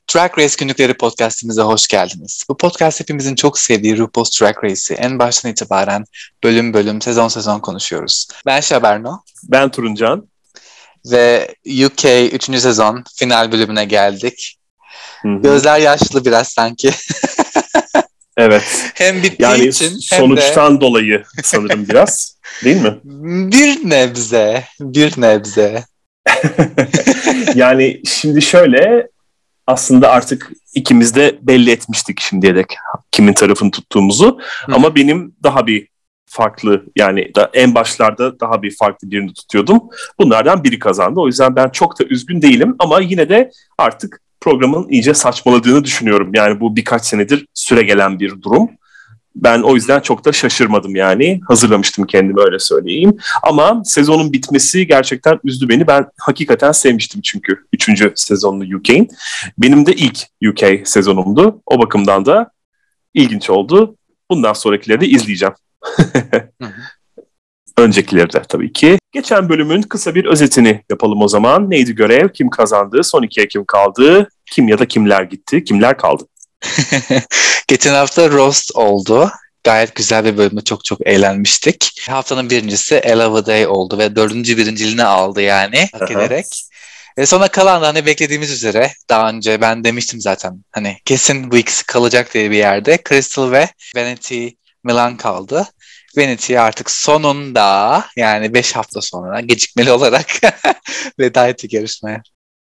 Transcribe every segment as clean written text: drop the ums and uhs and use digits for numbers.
Drag Race Günlükleri podcastimize hoş geldiniz. Bu podcast hepimizin çok sevdiği RuPaul's Drag Race'i en baştan itibaren bölüm bölüm, sezon sezon konuşuyoruz. Ben Şaberno. Ben Turuncan. Ve UK 3. sezon final bölümüne geldik. Hı-hı. Gözler yaşlı biraz sanki. Evet. Hem bittiği yani için sonuçtan de... dolayı sanırım biraz. Değil mi? Bir nebze. Yani şimdi şöyle, aslında artık ikimiz de belli etmiştik şimdiye dek kimin tarafını tuttuğumuzu. Ama benim daha bir farklı, yani en başlarda daha bir farklı birini tutuyordum. Bunlardan biri kazandı. O yüzden ben çok da üzgün değilim ama yine de artık programın iyice saçmaladığını düşünüyorum. Yani bu birkaç senedir süregelen bir durum. Ben o yüzden çok da şaşırmadım yani. Hazırlamıştım kendimi, öyle söyleyeyim. Ama sezonun bitmesi gerçekten üzdü beni. Ben hakikaten sevmiştim çünkü 3. sezonunu UK'in. Benim de ilk UK sezonumdu. O bakımdan da ilginç oldu. Bundan sonrakileri de izleyeceğim. Öncekileri de tabii ki. Geçen bölümün kısa bir özetini yapalım o zaman. Neydi görev? Kim kazandı? Son ikiye kim kaldı? Kim ya da kimler gitti? Kimler kaldı? Geçen hafta roast oldu. Gayet güzel bir bölümde çok eğlenmiştik. Haftanın birincisi Ella Vaday oldu ve 4. birinciliğini aldı yani hak ederek. Ve sonra kalan da hani beklediğimiz üzere daha önce ben demiştim zaten hani kesin bu ikisi kalacak diye bir yerde Crystal ve Vanity Milan kaldı. Vanity artık sonunda yani 5 hafta sonra gecikmeli olarak veda ettik yarışmaya.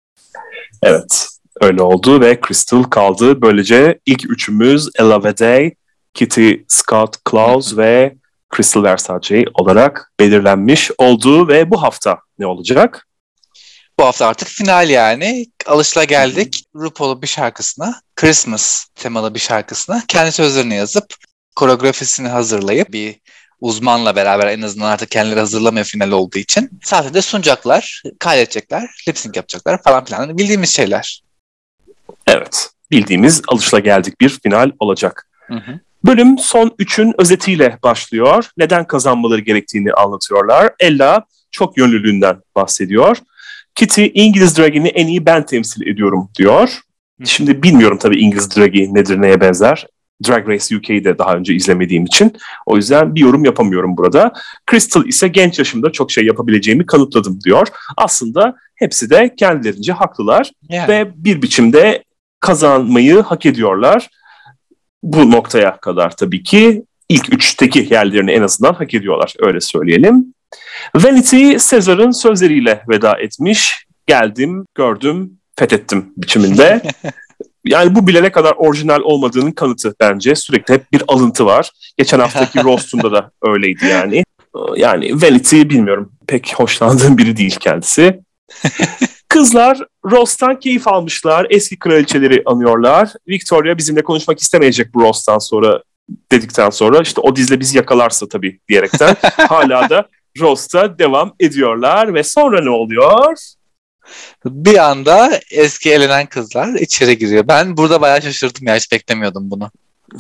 Evet. Öyle oldu ve Crystal kaldı. Böylece ilk üçümüz Ella Vaday, Kitty Scott-Claus ve Crystal Versace olarak belirlenmiş oldu. Ve bu hafta ne olacak? Bu hafta artık final yani. Alışılageldik. RuPaul'un bir şarkısına, Christmas temalı bir şarkısına kendi sözlerini yazıp koreografisini hazırlayıp bir uzmanla beraber en azından artık kendileri hazırlamaya final olduğu için sahnede sunacaklar, kaydedecekler, lip sync yapacaklar falan filan. Bildiğimiz şeyler. Evet, bildiğimiz alışılageldik bir final olacak. Hı. Bölüm son 3'ün özetiyle başlıyor. Neden kazanmaları gerektiğini anlatıyorlar. Ella çok yönlülüğünden bahsediyor. Kitty, İngiliz dragini en iyi ben temsil ediyorum diyor. Şimdi bilmiyorum tabii İngiliz dragi nedir, neye benzer. Drag Race UK'yi de daha önce izlemediğim için. O yüzden bir yorum yapamıyorum burada. Crystal ise genç yaşımda çok şey yapabileceğimi kanıtladım diyor. Aslında hepsi de kendilerince haklılar. Ve bir biçimde kazanmayı hak ediyorlar. Bu noktaya kadar tabii ki ilk 3'teki yerlerini en azından hak ediyorlar, öyle söyleyelim. Vanity, Caesar'ın sözleriyle veda etmiş. Geldim, gördüm, fethettim biçiminde. Yani bu bile ne kadar orijinal olmadığının kanıtı bence. Sürekli hep bir alıntı var. Geçen haftaki roast'unda da öyleydi yani. Yani Vanity bilmiyorum, pek hoşlandığım biri değil kendisi. Kızlar roast'tan keyif almışlar. Eski kraliçeleri anıyorlar. Victoria bizimle konuşmak istemeyecek bu roast'tan sonra dedikten sonra işte o dizle bizi yakalarsa tabii diyerekten hala da roast'a devam ediyorlar ve sonra ne oluyor? Bir anda eski elenen kızlar içeri giriyor. Ben burada bayağı şaşırdım ya, hiç beklemiyordum bunu.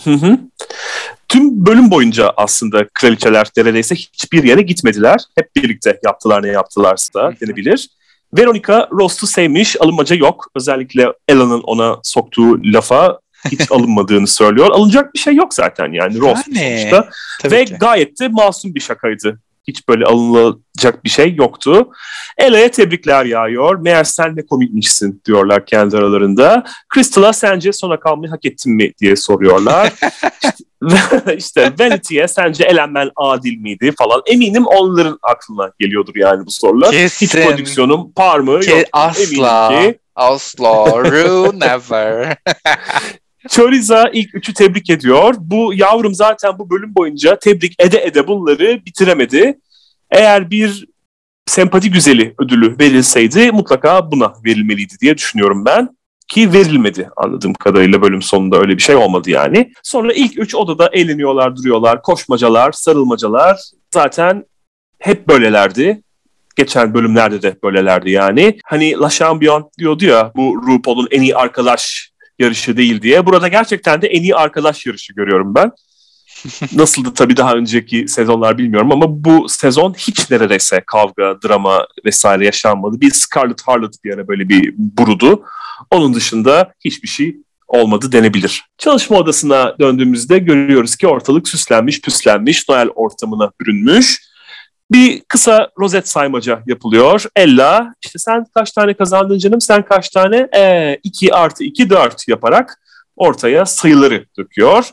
Tüm bölüm boyunca aslında kraliçeler neredeyse hiçbir yere gitmediler. Hep birlikte yaptılar ne yaptılarsa denebilir. Veronica roast'u sevmiş, alınmaca yok. Özellikle Ella'nın ona soktuğu lafa hiç alınmadığını söylüyor. Alınacak bir şey yok zaten yani roast sonuçta. Ve ki gayet de masum bir şakaydı. Hiç böyle alınacak bir şey yoktu. Ella'ya tebrikler yağıyor. Meğer sen ne komikmişsin diyorlar kendi aralarında. Crystal'a sence sona kalmayı hak ettin mi diye soruyorlar. İşte Vanity'ye sence elenmen adil miydi falan. Eminim onların aklına geliyordur yani bu sorular. Kesin. Hiç prodüksiyonun parmağı yok. Asla. Eminim ki. Asla. Never. Choriza ilk 3'ü tebrik ediyor. Bu yavrum zaten bu bölüm boyunca tebrik ede bunları bitiremedi. Eğer bir sempati güzeli ödülü verilseydi mutlaka buna verilmeliydi diye düşünüyorum ben. Ki verilmedi anladığım kadarıyla, bölüm sonunda öyle bir şey olmadı yani. Sonra ilk 3 odada eğleniyorlar, duruyorlar, koşmacalar, sarılmacalar. Zaten hep böylelerdi. Geçen bölümlerde de böylelerdi yani. Hani La Champion diyordu ya, bu RuPaul'un en iyi arkadaş yarışı değil diye. Burada gerçekten de en iyi arkadaş yarışı görüyorum ben. Nasıldı tabii daha önceki sezonlar bilmiyorum ama bu sezon hiç neredeyse kavga, drama vesaire yaşanmadı. Bir Scarlet Harlot bir ara böyle bir burudu. Onun dışında hiçbir şey olmadı denebilir. Çalışma odasına döndüğümüzde görüyoruz ki ortalık süslenmiş, püslenmiş, Noel ortamına bürünmüş. Bir kısa rozet saymaca yapılıyor. Ella, işte sen kaç tane kazandın canım, sen kaç tane? 2 artı 2, 4 yaparak ortaya sayıları döküyor.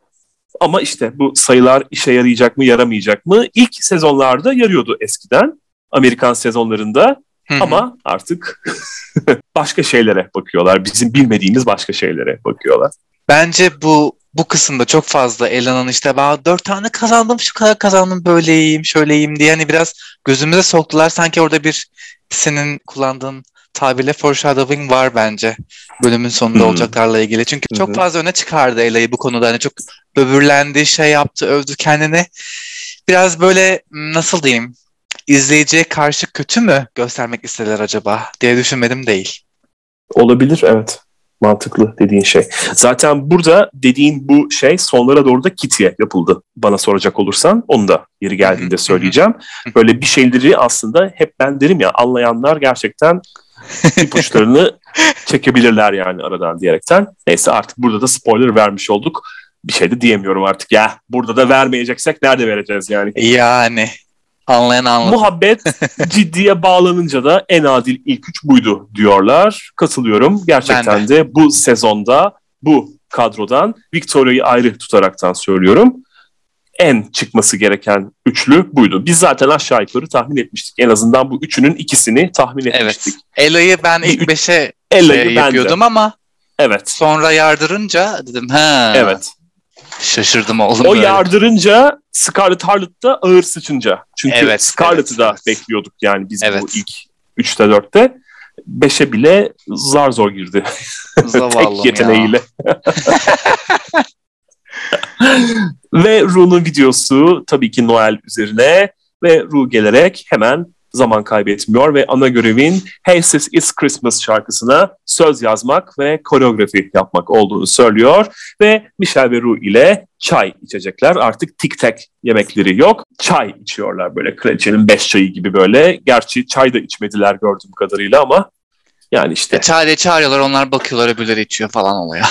Ama işte bu sayılar işe yarayacak mı, yaramayacak mı? İlk sezonlarda yarıyordu eskiden, Amerikan sezonlarında. Ama artık başka şeylere bakıyorlar. Bizim bilmediğimiz başka şeylere bakıyorlar. Bence bu kısımda çok fazla Ella'nın işte ben 4 tane kazandım, şu kadar kazandım, böyleyim, şöyleyim diye hani biraz gözümüze soktular. Sanki orada bir senin kullandığın tabirle foreshadowing var bence bölümün sonunda olacaklarla ilgili. Çünkü çok fazla öne çıkardı Ella'yı bu konuda. Hani çok böbürlendi, şey yaptı, övdü kendini. Biraz böyle nasıl diyeyim, izleyiciye karşı kötü mü göstermek istediler acaba diye düşünmedim değil. Olabilir, evet. Mantıklı dediğin şey. Zaten burada dediğin bu şey sonlara doğru da Kitty'ye yapıldı. Bana soracak olursan onu da yeri geldiğinde söyleyeceğim. Böyle bir şeyleri aslında hep ben derim ya, anlayanlar gerçekten ipuçlarını çekebilirler yani aradan diyerekten. Neyse artık burada da spoiler vermiş olduk. Bir şey de diyemiyorum artık ya. Burada da vermeyeceksek nerede vereceğiz yani? Yani anlayan anladı. Muhabbet ciddiye bağlanınca da en adil ilk 3 buydu diyorlar. Katılıyorum. Gerçekten de bu sezonda bu kadrodan Victoria'yı ayrı tutaraktan söylüyorum. En çıkması gereken üçlü buydu. Biz zaten aşağı yukarı tahmin etmiştik. En azından bu üçünün ikisini tahmin etmiştik. Evet. Ella'yı ben ilk 5'e yapıyordum ama sonra yardırınca dedim evet. Şaşırdım oğlum. O böyle. Yardırınca Scarlet Harlot'ta ağır sıçınca. Çünkü Scarlet'ı da bekliyorduk yani biz bu ilk 3'te 4'te. 5'e bile zar zor girdi. Tek yeteneğiyle. Ve Ru'nun videosu tabii ki Noel üzerine ve Ru gelerek hemen zaman kaybetmiyor ve ana görevin Hey Sis It's Christmas şarkısına söz yazmak ve koreografi yapmak olduğunu söylüyor ve Michelle ve Ru ile çay içecekler. Artık tic tac yemekleri yok. Çay içiyorlar böyle kraliçenin 5 çayı gibi böyle. Gerçi çay da içmediler gördüğüm kadarıyla ama yani işte. Çayla çağırıyorlar, onlar bakıyorlar, öbürleri içiyor falan oluyor.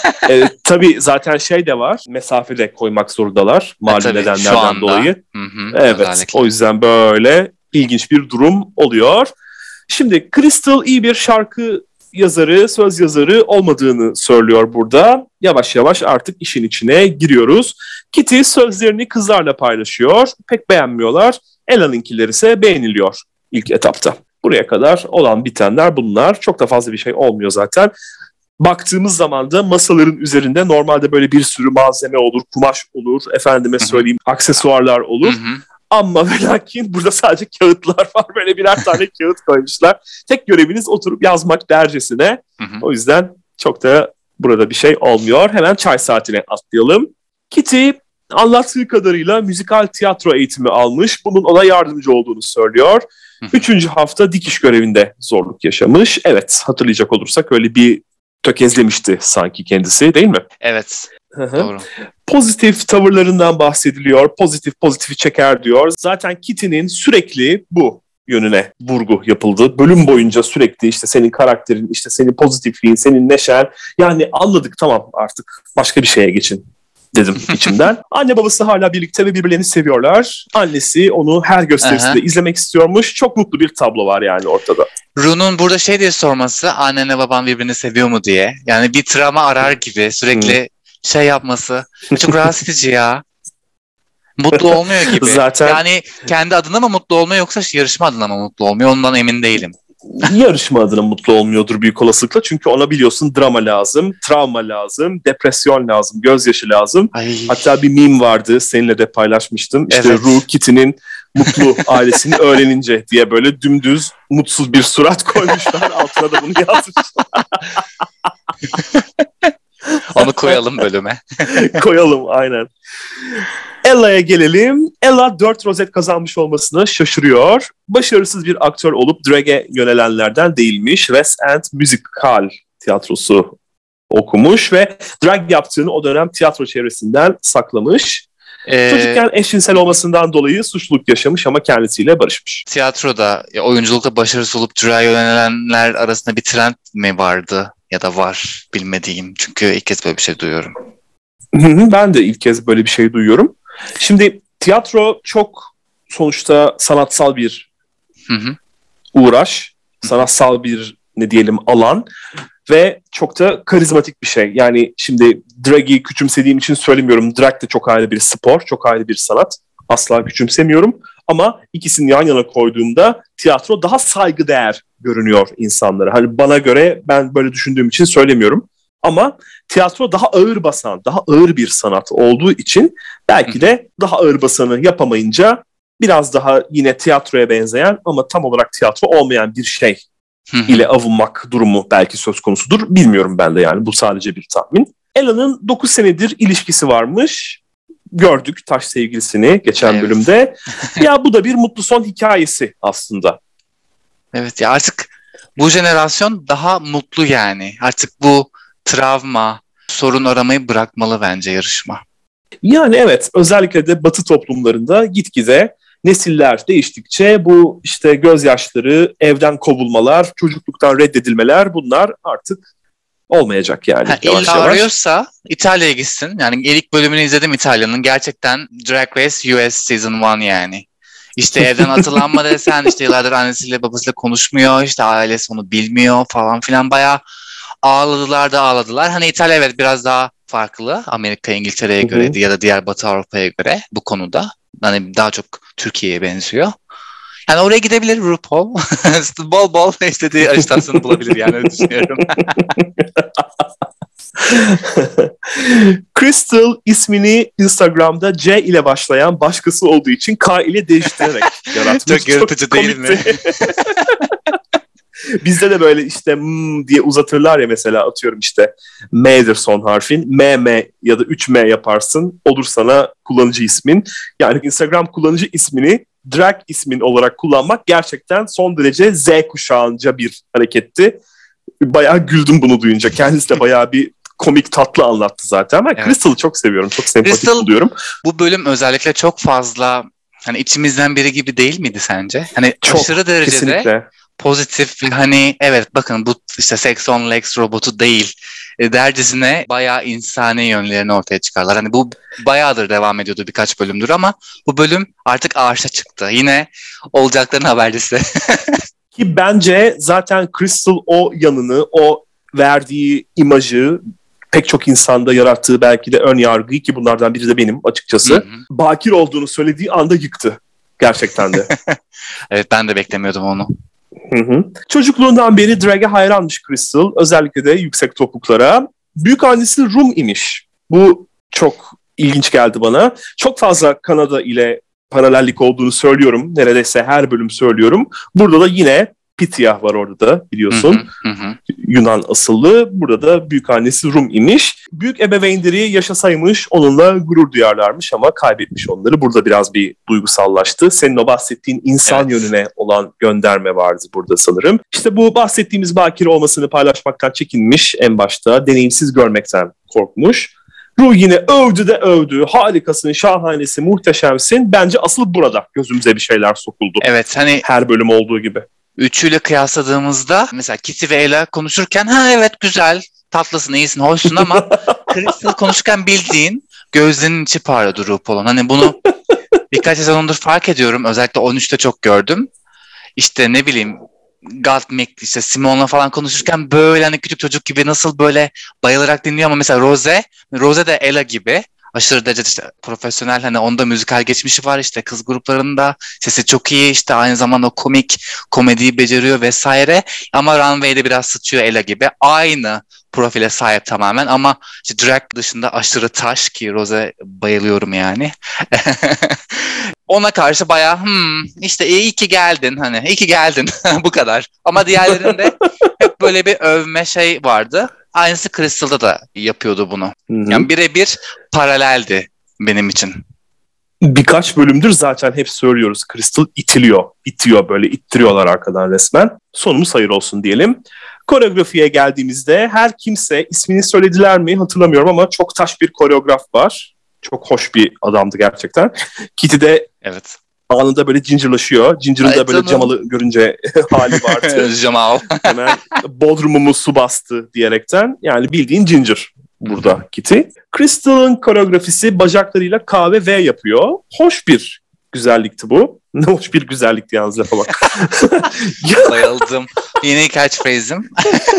Tabii zaten şey de var, mesafede koymak zorundalar malum nedenlerden dolayı. Evet, özellikle. O yüzden böyle ilginç bir durum oluyor. Şimdi Crystal iyi bir şarkı yazarı, söz yazarı olmadığını söylüyor burada. Yavaş yavaş artık işin içine giriyoruz. Kitty sözlerini kızlarla paylaşıyor. Pek beğenmiyorlar. Ella'nınkiler ise beğeniliyor ilk etapta. Buraya kadar olan bitenler bunlar. Çok da fazla bir şey olmuyor zaten. Baktığımız zaman da masaların üzerinde normalde böyle bir sürü malzeme olur, kumaş olur, efendime söyleyeyim aksesuarlar olur. Ama ve lakin burada sadece kağıtlar var. Böyle birer tane kağıt koymuşlar. Tek göreviniz oturup yazmak dercesine. O yüzden çok da burada bir şey olmuyor. Hemen çay saatine atlayalım. Kitty anlattığı kadarıyla müzikal tiyatro eğitimi almış. Bunun ona yardımcı olduğunu söylüyor. 3. hafta dikiş görevinde zorluk yaşamış. Evet, hatırlayacak olursak öyle bir tökezlemişti sanki kendisi, değil mi? Evet, doğru. Pozitif tavırlarından bahsediliyor. Pozitifi çeker diyor. Zaten Kitty'nin sürekli bu yönüne vurgu yapıldı. Bölüm boyunca sürekli işte senin karakterin, işte senin pozitifliğin, senin neşen. Yani anladık, tamam artık başka bir şeye geçin dedim içimden. Anne babası hala birlikte ve birbirlerini seviyorlar. Annesi onu her gösterisinde izlemek istiyormuş. Çok mutlu bir tablo var yani ortada. Ru'nun burada şey diye sorması, annenle baban birbirini seviyor mu diye. Yani bir travma arar gibi sürekli şey yapması. Çok rahatsız edici ya. Mutlu olmuyor gibi. Zaten... Yani kendi adına mı mutlu olmuyor yoksa yarışma adına mı mutlu olmuyor, ondan emin değilim. Yarışma adına mutlu olmuyordur büyük olasılıkla. Çünkü ona biliyorsun drama lazım, travma lazım, depresyon lazım, gözyaşı lazım. Ay. Hatta bir meme vardı, seninle de paylaşmıştım. İşte Ru Kitty'nin mutlu ailesini öğrenince diye böyle dümdüz mutsuz bir surat koymuşlar. Altına da bunu yazmışlar. Onu koyalım bölüme. Koyalım aynen. Ella'ya gelelim. Ella 4 rozet kazanmış olmasına şaşırıyor. Başarısız bir aktör olup drag'e yönelenlerden değilmiş. West End Musical tiyatrosu okumuş ve drag yaptığını o dönem tiyatro çevresinden saklamış. Çocukken eşcinsel olmasından dolayı suçluluk yaşamış ama kendisiyle barışmış. Tiyatroda, oyunculukta başarısız olup drag'e yönelenler arasında bir trend mi vardı ya da var bilmediğim. Çünkü ilk kez böyle bir şey duyuyorum. Ben de ilk kez böyle bir şey duyuyorum. Şimdi tiyatro çok sonuçta sanatsal bir uğraş, sanatsal bir ne diyelim alan ve çok da karizmatik bir şey. Yani şimdi drag'i küçümsediğim için söylemiyorum. Drag de çok ayrı bir spor, çok ayrı bir sanat. Asla küçümsemiyorum. Ama ikisini yan yana koyduğumda tiyatro daha saygıdeğer görünüyor insanlara. Hani bana göre, ben böyle düşündüğüm için söylemiyorum. Ama tiyatro daha ağır basan, daha ağır bir sanat olduğu için belki de daha ağır basanı yapamayınca biraz daha yine tiyatroya benzeyen ama tam olarak tiyatro olmayan bir şey ile avunmak durumu belki söz konusudur. Bilmiyorum ben de, yani bu sadece bir tahmin. Ella'nın 9 senedir ilişkisi varmış. Gördük taş sevgilisini geçen bölümde. Ya bu da bir mutlu son hikayesi aslında. Evet ya, artık bu jenerasyon daha mutlu yani. Artık bu travma, sorun aramayı bırakmalı bence yarışma. Yani evet, özellikle de Batı toplumlarında gitgide nesiller değiştikçe bu işte gözyaşları, evden kovulmalar, çocukluktan reddedilmeler, bunlar artık olmayacak yani. Yavaş yavaş. Arıyorsa İtalya'ya gitsin. Yani ilk bölümünü izledim İtalya'nın. Gerçekten Drag Race US Season 1 yani. İşte evden atılanma desen, işte yıllardır annesiyle babasıyla konuşmuyor, işte ailesi onu bilmiyor falan filan, bayağı ağladılar. Hani İtalya evet biraz daha farklı Amerika, İngiltere'ye göre ya da diğer Batı Avrupa'ya göre bu konuda. Hani daha çok Türkiye'ye benziyor. Yani oraya gidebilir RuPaul. bol bol istediği ajitasyonu bulabilir yani, öyle düşünüyorum. Crystal ismini Instagram'da C ile başlayan başkası olduğu için K ile değiştirerek yaratmış. Çok yaratıcı değil mi? Bizde de böyle işte diye uzatırlar ya, mesela atıyorum işte M'dir son harfin. M ya da 3M yaparsın. Olur sana kullanıcı ismin. Yani Instagram kullanıcı ismini drag ismin olarak kullanmak gerçekten son derece Z kuşağınca bir hareketti. Bayağı güldüm bunu duyunca. Kendisi de bayağı bir komik, tatlı anlattı zaten. Ben Crystal'ı çok seviyorum. Çok sempatik buluyorum. Bu bölüm özellikle çok fazla hani içimizden biri gibi değil miydi sence? Hani çok, aşırı derecede kesinlikle pozitif, hani evet bakın bu işte Sex on Legs robotu değil dercesine bayağı insani yönlerini ortaya çıkarlar. Hani bu bayağıdır devam ediyordu, birkaç bölümdür, ama bu bölüm artık arşa çıktı. Yine olacakların habercisi. Ki bence zaten Crystal o yanını, o verdiği imajı, pek çok insanda yarattığı belki de ön yargıyı, ki bunlardan biri de benim açıkçası, bakir olduğunu söylediği anda yıktı. Gerçekten de. Evet, ben de beklemiyordum onu. Çocukluğundan beri drag'e hayranmış Crystal. Özellikle de yüksek topuklara. Büyük annesi Rum imiş. Bu çok ilginç geldi bana. Çok fazla Kanada ile paralellik olduğunu söylüyorum. Neredeyse her bölüm söylüyorum. Burada da yine Pitya var orada da, biliyorsun. Yunan asıllı. Burada da büyük annesi Rum imiş. Büyük ebeveynleri yaşasaymış onunla gurur duyarlarmış ama kaybetmiş onları. Burada biraz bir duygusallaştı. Senin o bahsettiğin insan yönüne olan gönderme vardı burada sanırım. İşte bu bahsettiğimiz bakire olmasını paylaşmaktan çekinmiş en başta. Deneyimsiz görmekten korkmuş. Ru yine övdü de övdü. Harikasın, şahanesin, muhteşemsin. Bence asıl burada gözümüze bir şeyler sokuldu. Evet, hani her bölüm olduğu gibi. Üçüyle kıyasladığımızda mesela Kitty ve Ella konuşurken evet güzel, tatlısın, iyisin, hoşsun, ama Crystal konuşurken bildiğin gözlerinin içi parladı RuPaul'un. Hani bunu birkaç sezondur fark ediyorum. Özellikle 13'te çok gördüm. İşte ne bileyim Gottmik, işte Simon'la falan konuşurken böyle hani küçük çocuk gibi nasıl böyle bayılarak dinliyor, ama mesela Rose de Ella gibi aşırı derecede işte profesyonel, hani onda müzikal geçmişi var, işte kız gruplarında sesi çok iyi, işte aynı zamanda o komediyi beceriyor vesaire, ama runway'de biraz sıçıyor Ella gibi, aynı profile sahip tamamen, ama işte drag dışında aşırı taş, ki Rose bayılıyorum yani. Ona karşı bayağı işte iyi ki geldin, hani iyi ki geldin bu kadar, ama diğerlerinde hep böyle bir övme şey vardı. Aynısı Crystal'da da yapıyordu bunu. Yani birebir paraleldi benim için. Birkaç bölümdür zaten hep söylüyoruz. Crystal itiyor böyle, ittiriyorlar arkadan resmen. Sonumuz hayır olsun diyelim. Koreografiye geldiğimizde her kimse, ismini söylediler mi hatırlamıyorum ama çok taş bir koreograf var. Çok hoş bir adamdı gerçekten. Kitty de Evet. anında böyle Ginger'laşıyor. Ginger'ın da böyle Jamal'ı görünce hali vardı. Jamal. Hemen Bodrum'umu su bastı diyerekten. Yani bildiğin Ginger burada Kitty. Crystal'ın koreografisi bacaklarıyla K ve V yapıyor. Hoş bir güzellikti bu. Ne hoş bir güzellikti yalnız, lafa bak. Bayıldım. Yeni catchphrase'im.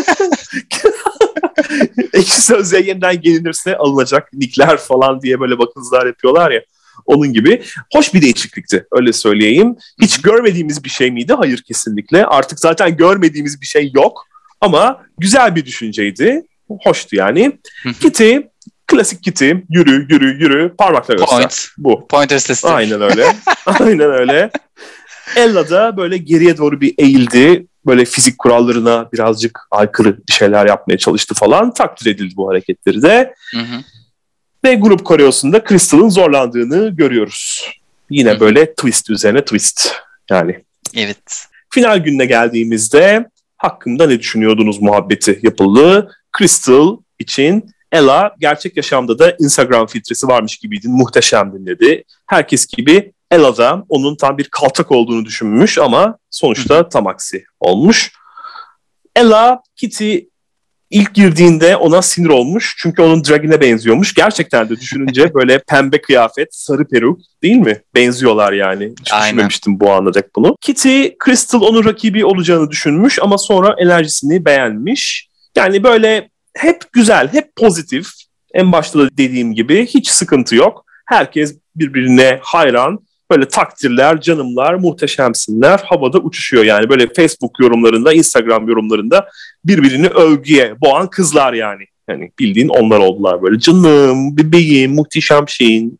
Ekşi Sözlüğe yeniden gelinirse alınacak nickler falan diye böyle bakızlar yapıyorlar ya. Onun gibi. Hoş bir değişiklikti, öyle söyleyeyim. Hiç görmediğimiz bir şey miydi? Hayır, kesinlikle. Artık zaten görmediğimiz bir şey yok. Ama güzel bir düşünceydi. Hoştu yani. Kitty, klasik Kitty. Yürü, yürü, yürü. Parmakla göster. Point. Bu. Pointer system. Aynen öyle. Aynen öyle. Ella da böyle geriye doğru bir eğildi. Böyle fizik kurallarına birazcık aykırı bir şeyler yapmaya çalıştı falan. Takdir edildi bu hareketleri de. Ve grup koreosunda Crystal'ın zorlandığını görüyoruz. Yine böyle twist üzerine twist. Yani. Evet. Final gününe geldiğimizde hakkında ne düşünüyordunuz muhabbeti yapıldı. Crystal için Ella gerçek yaşamda da Instagram filtresi varmış gibiydin, muhteşemdin dedi. Herkes gibi Ella da onun tam bir kaltak olduğunu düşünmüş ama sonuçta tam aksi olmuş. Ella, Kitty ilk girdiğinde ona sinir olmuş. Çünkü onun Dragon'e benziyormuş. Gerçekten de düşününce böyle pembe kıyafet, sarı peruk değil mi? Benziyorlar yani. Hiç düşünmemiştim bu anlayacak bunu. Kitty, Crystal onun rakibi olacağını düşünmüş ama sonra enerjisini beğenmiş. Yani böyle hep güzel, hep pozitif. En başta da dediğim gibi hiç sıkıntı yok. Herkes birbirine hayran. Böyle takdirler, canımlar, muhteşemsinler havada uçuşuyor yani. Böyle Facebook yorumlarında, Instagram yorumlarında birbirini övgüye boğan kızlar yani. Yani bildiğin onlar oldular böyle. Canım, bebeğim, muhteşem şeyin.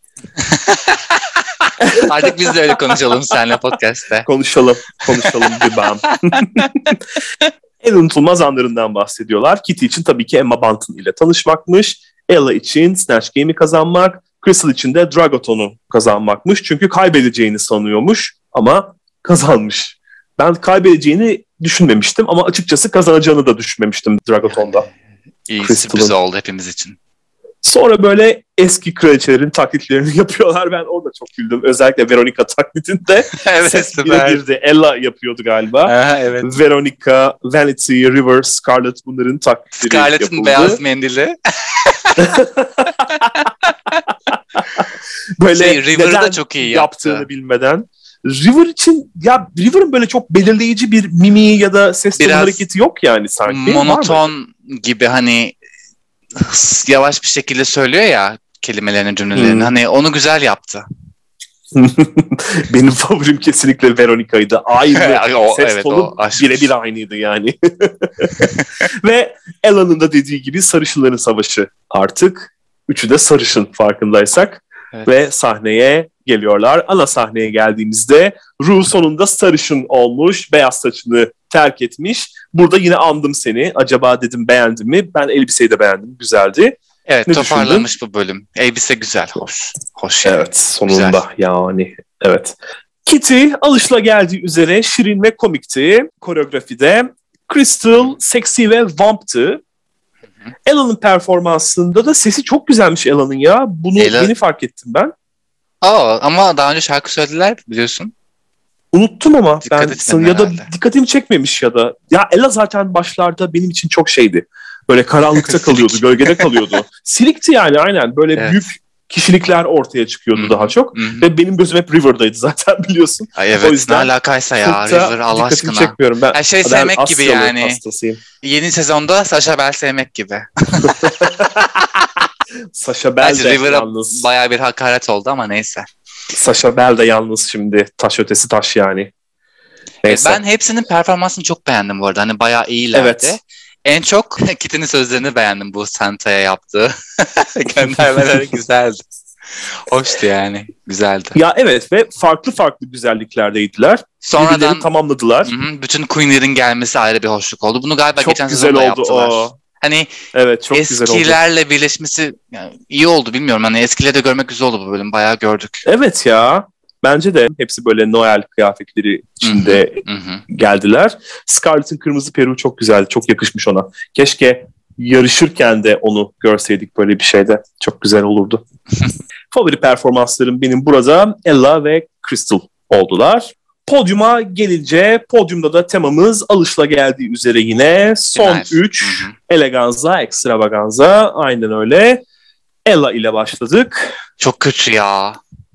Artık biz de öyle konuşalım seninle podcast'te. Konuşalım bebeğim. En unutulmaz anlarından bahsediyorlar. Kitty için tabii ki Emma Bunton ile tanışmakmış. Ella için Snatch Game'i kazanmak. Crystal için de Dragaton'u kazanmakmış. Çünkü kaybedeceğini sanıyormuş ama kazanmış. Ben kaybedeceğini düşünmemiştim ama açıkçası kazanacağını da düşünmemiştim Dragaton'da. İyi sürpriz oldu hepimiz için. Sonra böyle eski kraliçelerin taklitlerini yapıyorlar. Ben orada çok güldüm. Özellikle Veronica taklitinde. Evet, ses girdi. Ella yapıyordu galiba. Aha, evet. Veronica, Vanity, River, Scarlett bunların taklitleri Scarlett'in yapıldı. beyaz mendili. Böyle River'ı da çok iyi yaptığını bilmeden. River için ya River'ın böyle çok belirleyici bir mimiği ya da ses tonu hareketi yok yani sanki. Monoton gibi hani yavaş bir şekilde söylüyor ya kelimelerini, cümlelerini. Hani onu güzel yaptı. Benim favorim kesinlikle Veronica'ydı. Aynı ses tonu birebir aynıydı yani. Ve Ella'nın da dediği gibi sarışınların savaşı artık. Üçü de sarışın farkındaysak. Evet. Ve sahneye geliyorlar. Ana sahneye geldiğimizde Ru sonunda sarışın olmuş. Beyaz saçını terk etmiş. Burada yine andım seni. Acaba dedim beğendin mi? Ben elbiseyi de beğendim. Güzeldi. Evet, ne toparlamış düşündün? Bu bölüm. Elbise güzel. Hoş yani. Evet, sonunda güzel. Yani. Evet. Kitty alışılageldiği üzere şirin ve komikti. Koreografide Crystal seksi ve vamptı. Ella'nın performansında da sesi çok güzelmiş Ella'nın ya. Bunu yeni fark ettim ben. Ama daha önce şarkı söylediler biliyorsun. Unuttum ama ya da dikkatimi çekmemiş ya da. Ya Ella zaten başlarda benim için çok şeydi. Böyle karanlıkta kalıyordu, gölgede kalıyordu. Silikti yani aynen. Böyle büyük kişilikler ortaya çıkıyordu daha çok. Ve benim gözüm hep River'daydı zaten biliyorsun. Ay evet, o yüzden ne alakaysa ya River Allah aşkına. Çekmiyorum. Ben sevmek gibi yani. Hastasıyım. Yeni sezonda Sasha Bell sevmek gibi. Sasha Bell de River'a yalnız. Bayağı bir hakaret oldu ama neyse. Sasha Bell de yalnız şimdi. Taş ötesi taş yani. Neyse. Ben hepsinin performansını çok beğendim bu arada. Hani bayağı iyilerdi. Evet. En çok Kitty'nin sözlerini beğendim bu Santa'ya yaptığı. Göndermeleri güzeldi. Hoştu yani. Güzeldi. Ya evet ve farklı güzelliklerdeydiler. Sonradan tamamladılar. Bütün Queen'lerin gelmesi ayrı bir hoşluk oldu. Bunu galiba çok geçen sezonda yaptılar. O. Hani evet, çok güzel oldu. Eskilerle birleşmesi yani iyi oldu bilmiyorum. Hani eskileri de görmek güzel oldu bu bölüm. Bayağı gördük. Evet ya. Bence de hepsi böyle Noel kıyafetleri içinde geldiler. Scarlett'in kırmızı peruğu çok güzeldi. Çok yakışmış ona. Keşke yarışırken de onu görseydik böyle bir şeyde çok güzel olurdu. Favori performanslarım benim burada Ella ve Crystal oldular. Podyuma gelince podyumda da temamız alışılageldiği üzere yine son 3 eleganza, extravaganza, aynen öyle. Ella ile başladık. Çok kötü ya.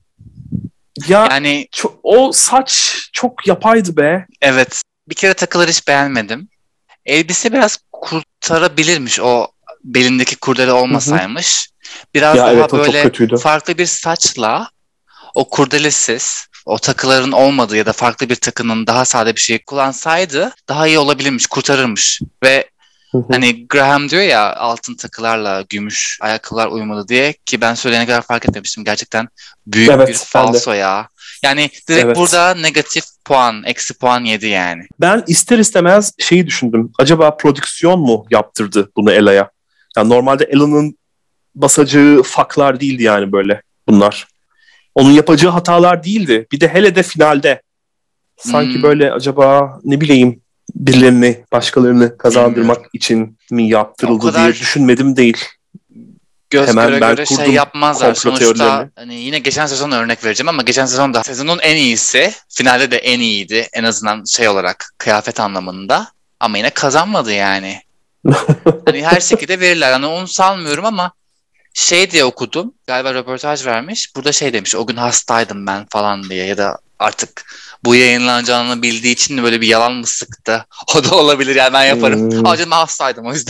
Yani o saç çok yapaydı be. Evet. Bir kere takıları hiç beğenmedim. Elbise biraz kurtarabilirmiş o belindeki kurdele olmasaymış. Biraz ya daha evet, böyle farklı bir saçla o kurdelesiz, o takıların olmadığı ya da farklı bir takının daha sade bir şey kullansaydı daha iyi olabilirmiş, kurtarırmış. Ve hani Graham diyor ya altın takılarla gümüş ayakkabılar uyumalı diye, ki ben söyleyene kadar fark etmemiştim. Gerçekten büyük bir falso ya. Yani direkt burada negatif puan, eksi puan yedi yani. Ben ister istemez şeyi düşündüm. Acaba prodüksiyon mu yaptırdı bunu Ella'ya? Yani normalde Ella'nın basacağı faklar değildi yani böyle bunlar. Onun yapacağı hatalar değildi. Bir de hele de finalde. Sanki böyle acaba ne bileyim birilerini, başkalarını kazandırmak için mi yaptırıldı diye düşünmedim değil. Göz göre göre şey yapmazlar. Sonuçta hani yine geçen sezon örnek vereceğim ama geçen sezon da sezonun en iyisi, finalde de en iyiydi en azından şey olarak, kıyafet anlamında, ama yine kazanmadı yani. Hani her şekilde verirler. Hani onu sanmıyorum ama şey diye okudum. Galiba röportaj vermiş. Burada şey demiş. O gün hastaydım ben falan diye, ya da artık bu yayınlanacağını bildiği için de böyle bir yalan mı sıktı? O da olabilir yani, ben yaparım. Acaba ben hastaydım o yüzden.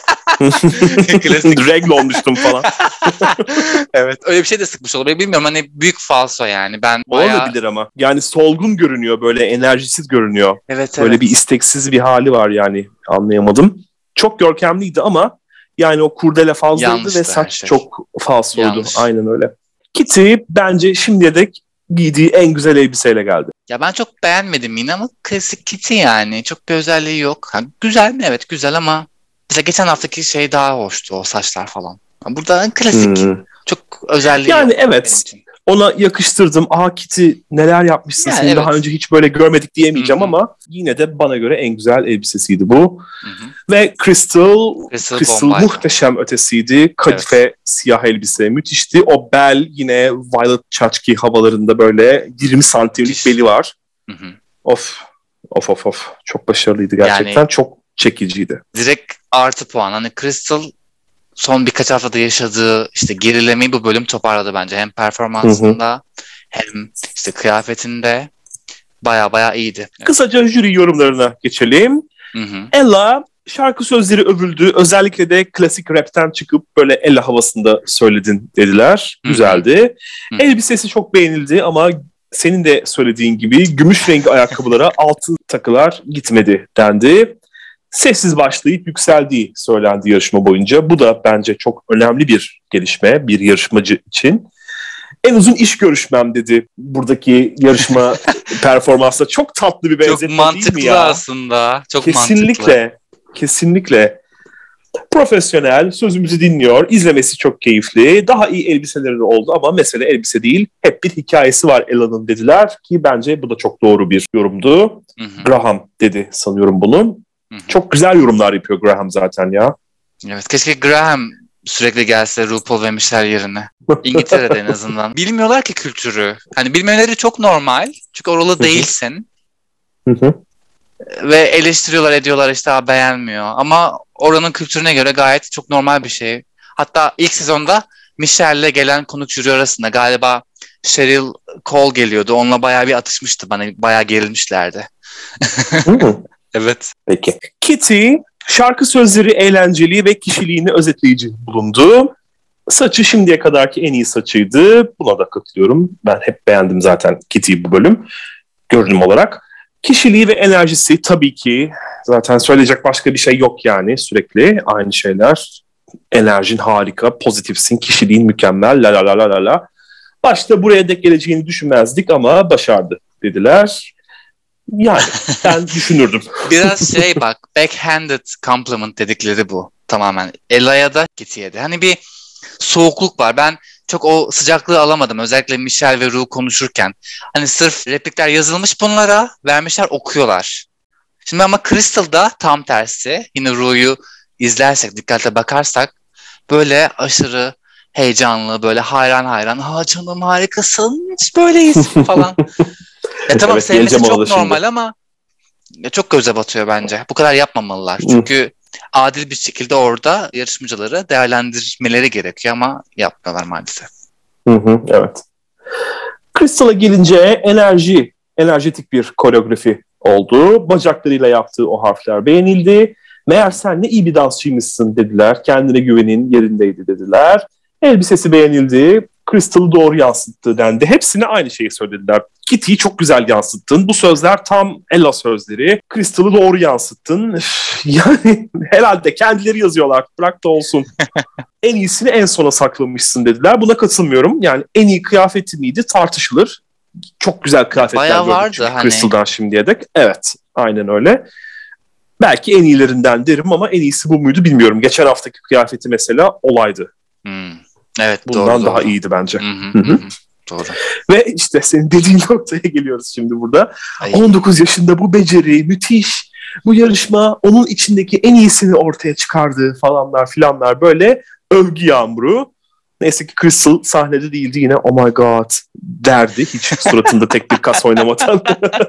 Klasik. Regl olmuştum falan. Evet, öyle bir şey de sıkmış olabilir. Bilmiyorum, hani büyük falso yani. Ben bayağı... Olabilir ama. Yani solgun görünüyor, böyle enerjisiz görünüyor. Evet. Böyle bir isteksiz bir hali var yani, anlayamadım. Çok görkemliydi ama yani o kurdele fazlaydı yanlıştı ve saç çok falsoydu. Yanlış. Aynen öyle. Kitty bence şimdiye dek giydiği en güzel elbiseyle geldi. Ya ben çok beğenmedim yine ama klasik Kitty yani. Çok bir özelliği yok. Ha, güzel mi? Evet güzel ama mesela geçen haftaki şey daha hoştu, o saçlar falan. Burada klasik. Çok özelliği yani yok. Yani evet. Ona yakıştırdım. Kitty neler yapmışsın, yani seni daha önce hiç böyle görmedik diyemeyeceğim ama yine de bana göre en güzel elbisesiydi bu. Ve Crystal muhteşem ötesiydi. Kadife siyah elbise müthişti. O bel yine Violet Chachki havalarında, böyle 20 santimlik beli var. Of. Çok başarılıydı gerçekten. Yani, çok çekiciydi. Direkt artı puan. Hani Crystal son birkaç haftada yaşadığı işte gerilemeyi bu bölüm toparladı bence. Hem performansında hem işte kıyafetinde baya iyiydi. Evet. Kısaca jüri yorumlarına geçelim. Ella şarkı sözleri övüldü. Özellikle de klasik rapten çıkıp böyle Ella havasında söyledin dediler. Güzeldi. Elbisesi çok beğenildi ama senin de söylediğin gibi gümüş rengi ayakkabılara altın takılar gitmedi dendi. Sessiz başlayıp yükseldiği söylendi yarışma boyunca. Bu da bence çok önemli bir gelişme bir yarışmacı için. En uzun iş görüşmem dedi buradaki yarışma performansla. Çok tatlı bir benzetme değil mi ya? Çok mantıklı aslında. Çok Kesinlikle. Profesyonel, sözümüzü dinliyor. İzlemesi çok keyifli. Daha iyi elbiseleri de oldu ama mesele elbise değil. Hep bir hikayesi var Ella'nın dediler ki bence bu da çok doğru bir yorumdu. Graham dedi sanıyorum bunu. Çok güzel yorumlar yapıyor Graham zaten ya. Evet, keşke Graham sürekli gelse RuPaul ve Michelle yerine. İngiltere'de en azından. Bilmiyorlar ki kültürü. Hani bilmemeleri çok normal. Çünkü oralı değilsin. Ve eleştiriyorlar, ediyorlar, işte beğenmiyor. Ama oranın kültürüne göre gayet çok normal bir şey. Hatta ilk sezonda Michelle'le gelen konuk jüri arasında galiba Cheryl Cole geliyordu. Onunla bayağı bir atışmıştı. Bana bayağı gerilmişlerdi. Evet. Peki. Kitty şarkı sözleri eğlenceli ve kişiliğini özetleyici bulundu. Saçı şimdiye kadarki en iyi saçıydı. Buna da katılıyorum. Ben hep beğendim zaten Kitty'yi bu bölüm. Görünüm olarak. Kişiliği ve enerjisi tabii ki zaten söyleyecek başka bir şey yok yani, sürekli aynı şeyler. Enerjin harika, pozitifsin, kişiliğin mükemmel, la la la la la. Başta buraya dek geleceğini düşünmezdik ama başardı dediler. Yani ben düşünürdüm. Biraz bak, backhanded compliment dedikleri bu tamamen. Ella'ya da Kitty'ye de. Hani bir soğukluk var. Ben çok o sıcaklığı alamadım. Özellikle Michelle ve Ru konuşurken. Hani sırf replikler yazılmış bunlara, vermişler, okuyorlar. Şimdi ama Crystal'da tam tersi. Yine Ru'yu izlersek, dikkatle bakarsak böyle aşırı heyecanlı, böyle hayran hayran, ha canım harikasın, böyleyiz falan. Tamam, Evet, sevmesi geleceğim ona çok da şimdi. normal ama çok göze batıyor bence. Bu kadar yapmamalılar. Çünkü adil bir şekilde orada yarışmacıları değerlendirmeleri gerekiyor ama yapmıyorlar maalesef. Evet. Crystal'a gelince enerjetik bir koreografi oldu. Bacaklarıyla yaptığı o harfler beğenildi. Meğer sen ne iyi bir dansçıymışsın dediler. Kendine güvenin yerindeydi dediler. Elbisesi beğenildi. Crystal'ı doğru yansıttı dendi. Hepsine aynı şeyi söylediler. Kitty'yi çok güzel yansıttın. Bu sözler tam Ella sözleri. Crystal'ı doğru yansıttın. Yani herhalde kendileri yazıyorlar. Bırak da olsun. En iyisini en sona saklamışsın dediler. Buna katılmıyorum. Yani en iyi kıyafeti miydi tartışılır. Çok güzel kıyafetler Bayağı gördük vardı çünkü hani. Crystal'dan şimdiye dek. Evet, aynen öyle. Belki en iyilerinden derim ama en iyisi bu muydu bilmiyorum. Geçen haftaki kıyafeti mesela olaydı. Evet, bundan doğru, daha doğru. iyiydi bence. Doğru. Ve işte senin dediğin noktaya geliyoruz şimdi burada. Ay. 19 yaşında bu beceri müthiş. Bu yarışma onun içindeki en iyisini ortaya çıkardı falanlar filanlar, böyle övgü yağmuru. Neyse ki Crystal sahnede değildi, yine oh my god derdi. Hiç suratında tek bir kas oynamadan.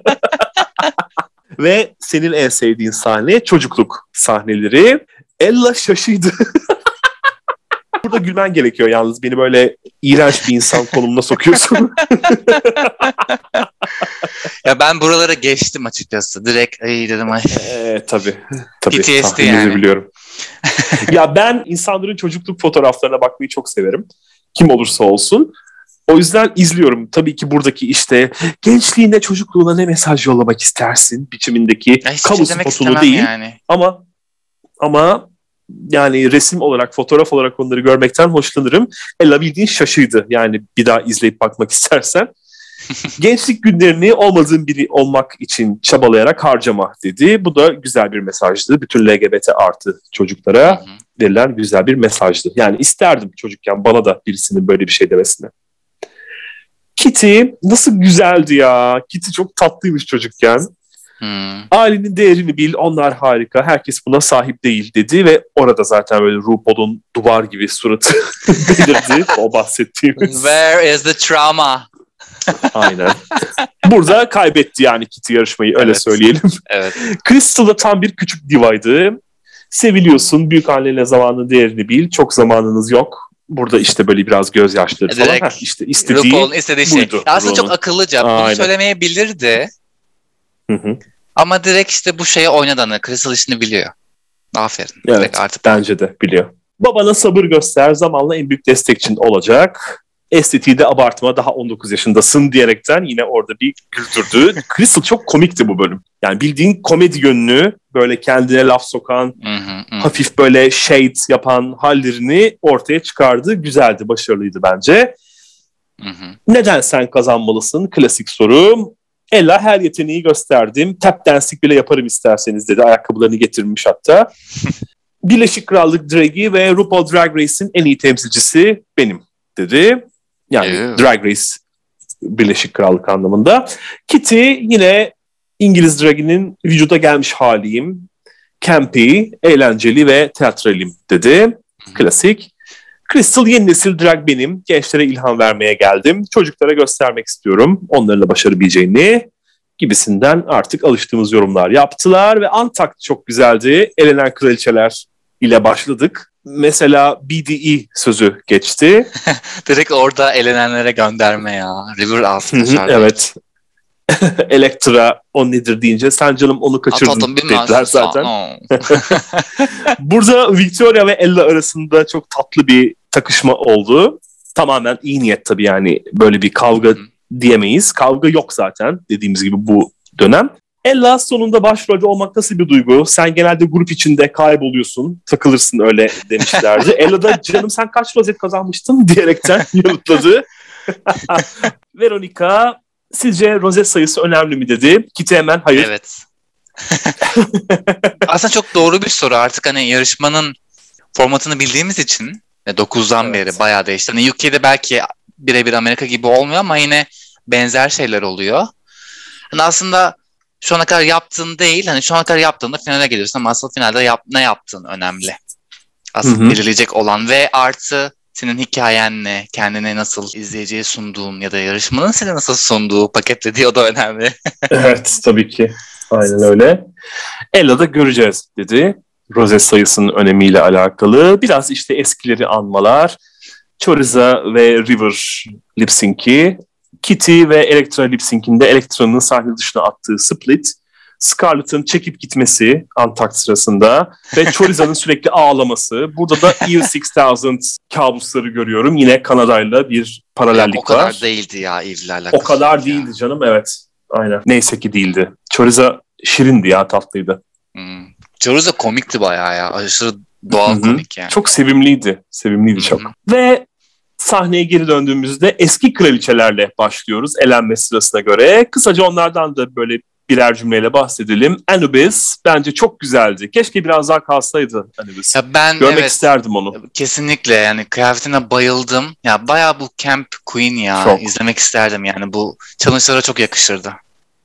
Ve senin en sevdiğin sahne çocukluk sahneleri. Ella şaşıydı. Burada gülmen gerekiyor yalnız. Beni böyle iğrenç bir insan konumuna sokuyorsun. Ya ben buralara geçtim açıkçası. Direkt ay dedim ay. Tabii. PTSD Tahlilinizi yani. biliyorum. Ya ben insanların çocukluk fotoğraflarına bakmayı çok severim. Kim olursa olsun. O yüzden izliyorum. Tabii ki buradaki işte gençliğine, çocukluğuna ne mesaj yollamak istersin biçimindeki kamu spotunu değil. Yani. Ama yani resim olarak, fotoğraf olarak onları görmekten hoşlanırım. Ella bildiğin şaşıydı. Yani bir daha izleyip bakmak istersen. Gençlik günlerini olmadığın biri olmak için çabalayarak harcama dedi. Bu da güzel bir mesajdı. Bütün LGBT artı çocuklara verilen güzel bir mesajdı. Yani isterdim çocukken bana da birisinin böyle bir şey demesini. Kitty nasıl güzeldi ya. Kitty çok tatlıymış çocukken. Ailenin değerini bil, onlar harika, herkes buna sahip değil dedi ve orada zaten böyle RuPaul'un duvar gibi suratı belirdi, o bahsettiğimiz. Where is the trauma? Aynen. Burada kaybetti yani Kitty yarışmayı, öyle söyleyelim. Evet. Crystal da tam bir küçük divaydı. Seviliyorsun, büyük anneyle zamanın değerini bil, çok zamanınız yok. Burada işte böyle biraz gözyaşları falan. İşte istediği RuPaul'un istediği şey. buydu. Aslında çok akıllıca. Bunu söylemeyebilirdi. Ama direkt işte bu şeye oynadanı. Crystal işini biliyor. Aferin. Evet, artık bence de biliyor. Babana sabır göster, zamanla en büyük destekçin olacak. Estetiği de abartma, daha 19 yaşındasın diyerekten yine orada bir güldürdü. Crystal çok komikti bu bölüm. Yani bildiğin komedi yönlü, böyle kendine laf sokan, hafif böyle shade yapan hallerini ortaya çıkardı. Güzeldi, başarılıydı bence. Neden sen kazanmalısın? Klasik soru. Ella her yeteneği gösterdim. Tap dancing bile yaparım isterseniz dedi. Ayakkabılarını getirmiş hatta. Birleşik Krallık Drag'i ve RuPaul Drag Race'in en iyi temsilcisi benim dedi. Yani Drag Race Birleşik Krallık anlamında. Kitty yine İngiliz drag'inin vücuda gelmiş haliyim. Campy, eğlenceli ve teatralim dedi. Klasik. Crystal yeni nesil drag benim. Gençlere ilham vermeye geldim. Çocuklara göstermek istiyorum. Onlarla başarabileceğini gibisinden artık alıştığımız yorumlar yaptılar ve Untucked çok güzeldi. Elenen kraliçeler ile başladık. Mesela BDE sözü geçti. Direkt orada elenenlere gönderme ya. River altı evet. Elektra o nedir deyince sen canım onu kaçırdın dediler zaten. Burada Victoria ve Ella arasında çok tatlı bir takışma oldu. Tamamen iyi niyet tabii, yani böyle bir kavga diyemeyiz. Kavga yok zaten dediğimiz gibi bu dönem. Ella sonunda başrolde olmak nasıl bir duygu? Sen genelde grup içinde kayboluyorsun, takılırsın öyle demişlerdi. Ella da canım sen kaç rozet kazanmıştın diyerekten yanıtladı. Veronica sizce rozet sayısı önemli mi dedi. Kitty hemen hayır. Evet. Aslında çok doğru bir soru. Artık hani yarışmanın formatını bildiğimiz için 9'dan beri bayağı değişti. Hani UK'de belki birebir Amerika gibi olmuyor ama yine benzer şeyler oluyor. Hani aslında şu ana kadar yaptığın değil, hani şu ana kadar yaptığında finale geliyorsun ama asıl finalde ne yaptığın önemli. Asıl belirleyecek olan ve artı senin hikayenle kendine nasıl izleyiciye sunduğun ya da yarışmanın seni nasıl sunduğu, paketlediği o da önemli. Evet, tabii ki. Aynen öyle. Ella'da göreceğiz dedi. Rose sayısının önemiyle alakalı. Biraz işte eskileri anmalar. Choriza ve River lip sync'i. Kitty ve Elektra lip sync'inde Elektra'nın sahne dışına attığı split. Scarlett'ın çekip gitmesi Untucked sırasında ve Choriza'nın sürekli ağlaması. Burada da Eve 6000 kabusları görüyorum. Yine Kanada'yla bir paralellik var. O kadar değildi ya Eve'le alakalı. O kadar değildi canım, evet. Aynen. Neyse ki değildi. Choriza şirindi ya, tatlıydı. Choriza komikti bayağı ya. Aşırı doğal komik yani. Çok sevimliydi. Sevimliydi çok. Ve sahneye geri döndüğümüzde eski kraliçelerle başlıyoruz elenme sırasına göre. Kısaca onlardan da böyle birer cümleyle bahsedelim. Anubis bence çok güzeldi. Keşke biraz daha kalsaydı Anubis. Ya ben görmek isterdim onu. Kesinlikle yani kıyafetine bayıldım. Ya bayağı bu Camp Queen ya. Çok. İzlemek isterdim yani, bu challenge'lara çok yakışırdı.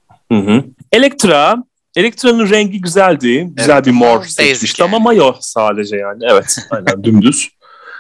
Elektra'nın rengi güzeldi. Güzel bir mor seçmişti ama mayo sadece yani. Evet, aynen dümdüz.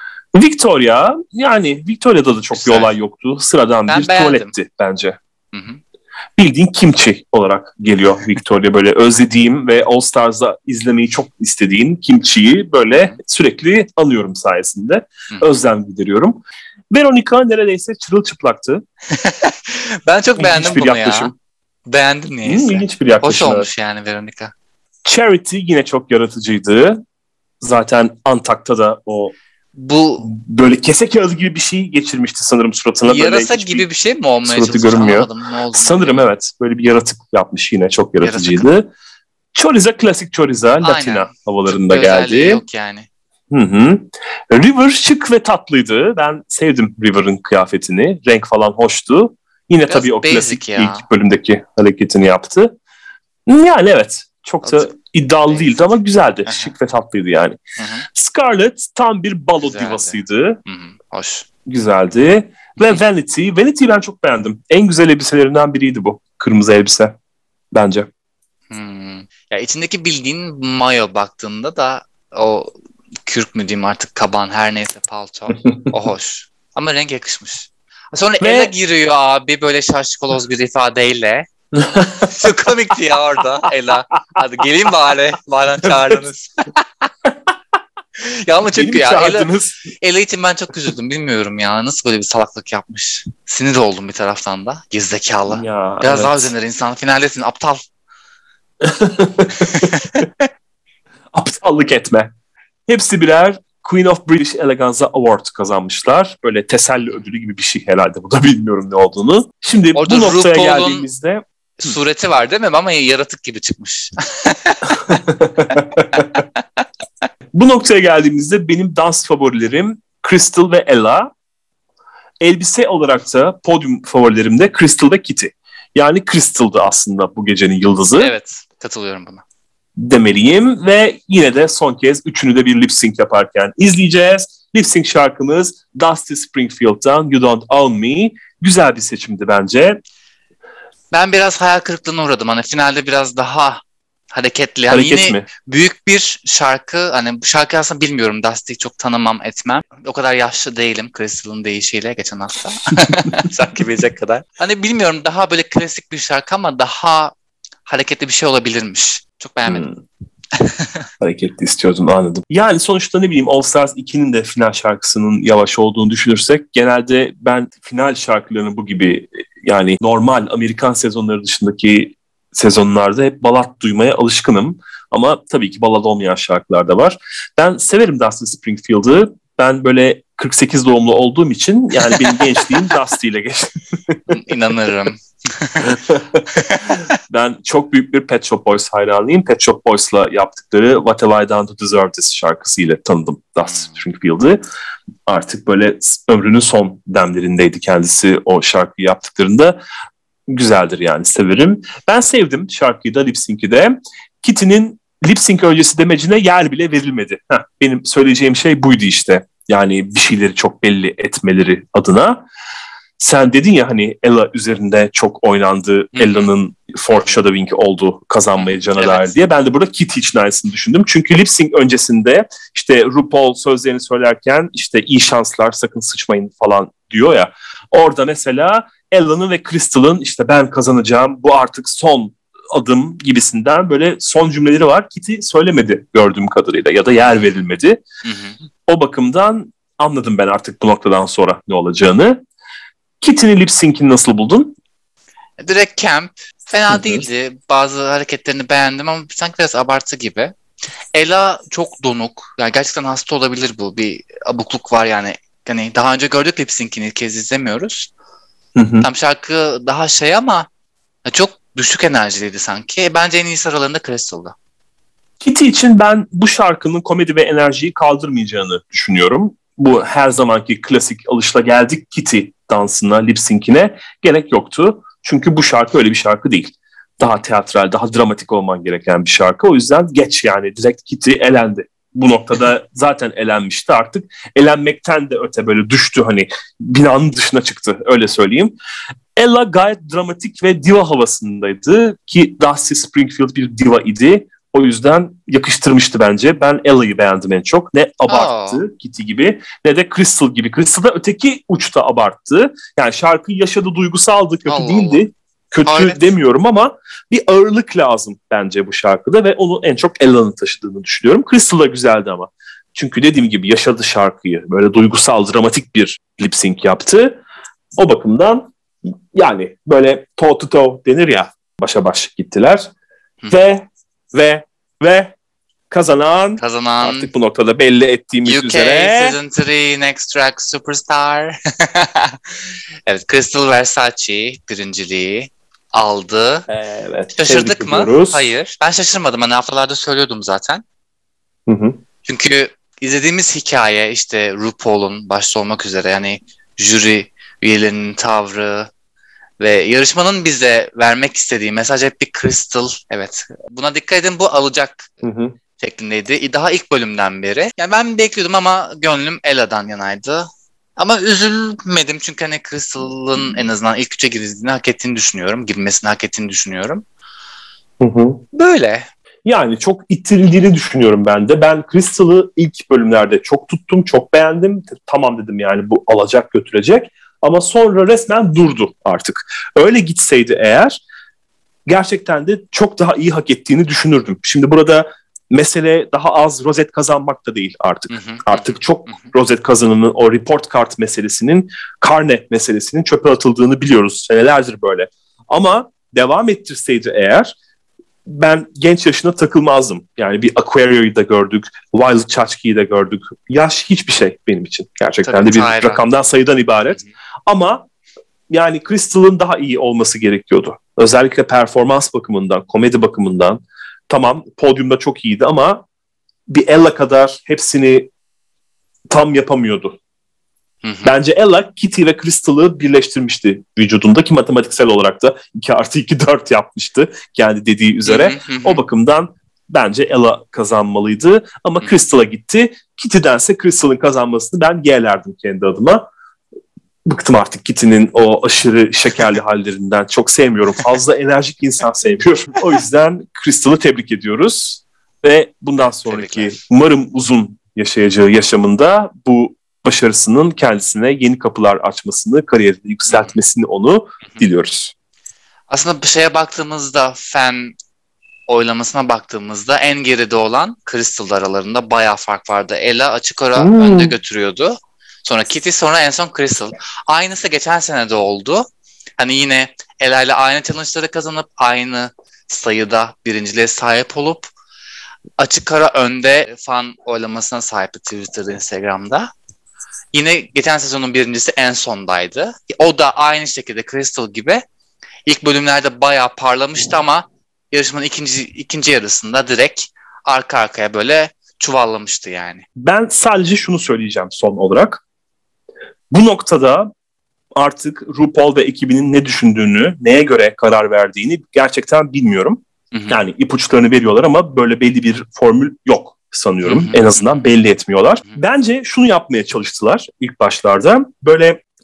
Victoria'da da çok bir olay yoktu. Sıradan bir tuvaletti bence. Bildiğin kimchi olarak geliyor Victoria. Böyle özlediğim ve All Stars'da izlemeyi çok istediğim kimchiyi böyle sürekli anıyorum sayesinde. Özlem gideriyorum. Veronica neredeyse çırılçıplaktı. Ben çok beğendim bunu ya. Beğendim neyse. İlginç bir yaklaşım. Hoş olmuş yani Veronica. Charity yine çok yaratıcıydı. Zaten Untucked'ta da bu böyle kese kağıdı gibi bir şey geçirmişti sanırım suratına. Yarasa gibi bir şey mi olmaya çalışmış? Görünmüyor. Sanırım evet. Böyle bir yaratık yapmış, yine çok yaratıcıydı. Choriza, klasik Choriza, Latina havalarında geldi. Yok yani. River şık ve tatlıydı. Ben sevdim River'ın kıyafetini. Renk falan hoştu. Yine biraz tabii o klasik ilk bölümdeki hareketini yaptı. Yani evet. Çok da iddialı değildi ama güzeldi. Şık ve tatlıydı yani. Scarlett tam bir balo divasıydı. Hoş. Güzeldi. Ve Vanity'yi ben çok beğendim. En güzel elbiselerinden biriydi bu. Kırmızı elbise. Bence. Ya içindeki bildiğin mayo baktığında da o kürk mü diyeyim artık, kaban, her neyse palto. O hoş. Ama renk yakışmış. Sonra Ella giriyor abi böyle şaşkaloz bir ifadeyle. Çok komikti ya orada Ella. Hadi geleyim bari. Bana çağırdınız. Ya ama çünkü ya Ella için ben çok üzüldüm. Bilmiyorum ya. Nasıl böyle bir salaklık yapmış. Sinir oldum bir taraftan da. Gerizekalı. Biraz daha özenir insan. Finaldesin aptal. Aptallık etme. Hepsi birer Queen of British Eleganza Award kazanmışlar. Böyle teselli ödülü gibi bir şey herhalde. Bu da bilmiyorum ne olduğunu. Şimdi orada bu noktaya geldiğimizde... sureti var değil mi? Ama yaratık gibi çıkmış. Bu noktaya geldiğimizde benim dans favorilerim Crystal ve Ella. Elbise olarak da podyum favorilerim de Crystal ve Kitty. Yani Crystal'dı aslında bu gecenin yıldızı. Evet, katılıyorum buna. Demeliyim ve yine de son kez üçünü de bir lip sync yaparken izleyeceğiz. Lip sync şarkımız Dusty Springfield'dan You Don't Own Me. Güzel bir seçimdi bence. Ben biraz hayal kırıklığına uğradım. Hani finalde biraz daha hareketli. Yani yine mi? Büyük bir şarkı. Hani bu şarkı aslında bilmiyorum. Dusty'yi çok tanımam etmem. O kadar yaşlı değilim Crystal'ın deyişiyle geçen hafta. Şarkı bilecek kadar. Hani bilmiyorum, daha böyle klasik bir şarkı ama daha hareketli bir şey olabilirmiş. Çok beğenmedim. Hareketli istiyordun, anladım. Yani sonuçta ne bileyim, All Stars 2'nin de final şarkısının yavaş olduğunu düşünürsek genelde ben final şarkılarını bu gibi yani normal Amerikan sezonları dışındaki sezonlarda hep balat duymaya alışkınım. Ama tabii ki balad olmayan şarkılar da var. Ben severim Dusty Springfield'ı. Ben böyle 48 doğumlu olduğum için yani benim gençliğim Dusty ile geçti. İnanırım. Ben çok büyük bir Pet Shop Boys hayranıyım. Pet Shop Boys'la yaptıkları What Have I Done to Deserve This şarkısıyla tanıdım Dusty Springfield'ı. Artık böyle ömrünün son demlerindeydi kendisi o şarkıyı yaptıklarında. Güzeldir yani, severim. Ben sevdim şarkıyı da, lip sync'i de. Kitty'nin lip sync öncesi demecine yer bile verilmedi. Benim söyleyeceğim şey buydu işte. Yani bir şeyleri çok belli etmeleri adına. Sen dedin ya hani Ella üzerinde çok oynandı. Ella'nın foreshadowing oldu kazanmayacağına dair diye. Ben de burada Kitty için aynısını düşündüm. Çünkü lip sync öncesinde işte RuPaul sözlerini söylerken işte iyi şanslar sakın sıçmayın falan diyor ya. Orada mesela Ella'nın ve Crystal'ın işte ben kazanacağım bu artık son adım gibisinden böyle son cümleleri var. Kitty söylemedi gördüğüm kadarıyla ya da yer verilmedi. O bakımdan anladım ben artık bu noktadan sonra ne olacağını. Kitty'nin lip sync'ini nasıl buldun? Direkt camp. Fena değildi. Bazı hareketlerini beğendim ama sanki biraz abartı gibi. Ella çok donuk. Yani gerçekten hasta olabilir bu. Bir abukluk var yani. Yani daha önce gördük lip sync'ini, ilk kez izlemiyoruz. Tam şarkı daha şey ama çok düşük enerjiliydi sanki. Bence en iyisi aralarında Crystal'da. Kitty için ben bu şarkının komedi ve enerjiyi kaldırmayacağını düşünüyorum. Bu her zamanki klasik alışılageldik Kitty dansına, lip sync'ine gerek yoktu. Çünkü bu şarkı öyle bir şarkı değil. Daha teatral, daha dramatik olman gereken bir şarkı. O yüzden geç yani direkt Kitty elendi. Bu noktada zaten elenmişti artık. Elenmekten de öte böyle düştü hani binanın dışına çıktı öyle söyleyeyim. Ella gayet dramatik ve diva havasındaydı ki Dusty Springfield bir diva idi. O yüzden yakıştırmıştı bence. Ben Ella'yı beğendim en çok. Ne abarttı Kitty gibi ne de Crystal gibi. Crystal da öteki uçta abarttı. Yani şarkı yaşadı, duygusaldı, kötü değildi. Kötü demiyorum ama bir ağırlık lazım bence bu şarkıda ve onu en çok Ella'nın taşıdığını düşünüyorum. Crystal da güzeldi ama. Çünkü dediğim gibi yaşadı şarkıyı. Böyle duygusal, dramatik bir lip sync yaptı. O bakımdan yani böyle toe to toe denir ya, başa baş gittiler. Ve kazanan artık bu noktada belli ettiğimiz UK üzere Season 3 Next Track Superstar. Evet, Crystal Versace birinciliği aldı. Evet. Şaşırdık mı? Ediyoruz. Hayır. Ben şaşırmadım. Hani haftalarda söylüyordum zaten. Çünkü izlediğimiz hikaye işte RuPaul'un başta olmak üzere yani jüri üyelerinin tavrı ve yarışmanın bize vermek istediği mesaj hep bir Crystal. Evet. Buna dikkat edin, bu alacak şeklindeydi. Daha ilk bölümden beri. Yani ben bekliyordum ama gönlüm Ella'dan yanaydı. Ama üzülmedim çünkü hani Crystal'ın en azından ilk üçe girmesini hak ettiğini düşünüyorum. Girmesini hak ettiğini düşünüyorum. Böyle. Yani çok ittirildiğini düşünüyorum ben de. Ben Crystal'ı ilk bölümlerde çok tuttum, çok beğendim. Tamam dedim yani bu alacak götürecek. Ama sonra resmen durdu artık. Öyle gitseydi eğer gerçekten de çok daha iyi hak ettiğini düşünürdüm. Şimdi burada mesele daha az rozet kazanmak da değil artık. Artık çok rozet kazanımının o report kart meselesinin, karne meselesinin çöpe atıldığını biliyoruz. Senelerdir böyle. Ama devam ettirseydi eğer ben genç yaşına takılmazdım. Yani bir Aquario'yu da gördük, Wild Chachki'yi de gördük. Yaş hiçbir şey benim için. Gerçekten tabii, de bir rakamdan, sayıdan ibaret. Ama yani Crystal'ın daha iyi olması gerekiyordu. Özellikle performans bakımından, komedi bakımından. Tamam, podyumda çok iyiydi ama bir Ella kadar hepsini tam yapamıyordu. Bence Ella, Kitty ve Crystal'ı birleştirmişti vücudunda ki matematiksel olarak da 2+2 4 yapmıştı kendi dediği üzere. O bakımdan bence Ella kazanmalıydı ama Crystal'a gitti. Kitty'dense Crystal'ın kazanmasını ben yeğlerdim kendi adıma. Bıktım artık Kitty'nin o aşırı şekerli hallerinden. Çok sevmiyorum. Fazla enerjik insan sevmiyorum. O yüzden Crystal'ı tebrik ediyoruz. Ve bundan sonraki umarım uzun yaşayacağı yaşamında bu başarısının kendisine yeni kapılar açmasını, kariyerini yükseltmesini onu diliyoruz. Aslında bir şeye baktığımızda, fan oylamasına baktığımızda en geride olan Crystal aralarında bayağı fark vardı. Ella açık ara önde götürüyordu. Sonra Kitty, sonra en son Crystal. Aynısı geçen sene de oldu. Hani yine Ella ile aynı challenge'ları kazanıp aynı sayıda birinciliğe sahip olup açık ara önde fan oylamasına sahipti Twitter'da, Instagram'da. Yine geçen sezonun birincisi en sondaydı. O da aynı şekilde Crystal gibi ilk bölümlerde bayağı parlamıştı ama yarışmanın ikinci yarısında direkt arka arkaya böyle çuvallamıştı yani. Ben sadece şunu söyleyeceğim son olarak. Bu noktada artık RuPaul ve ekibinin ne düşündüğünü, neye göre karar verdiğini gerçekten bilmiyorum. Yani ipuçlarını veriyorlar ama böyle belli bir formül yok sanıyorum. En azından belli etmiyorlar. Bence şunu yapmaya çalıştılar ilk başlarda. Böyle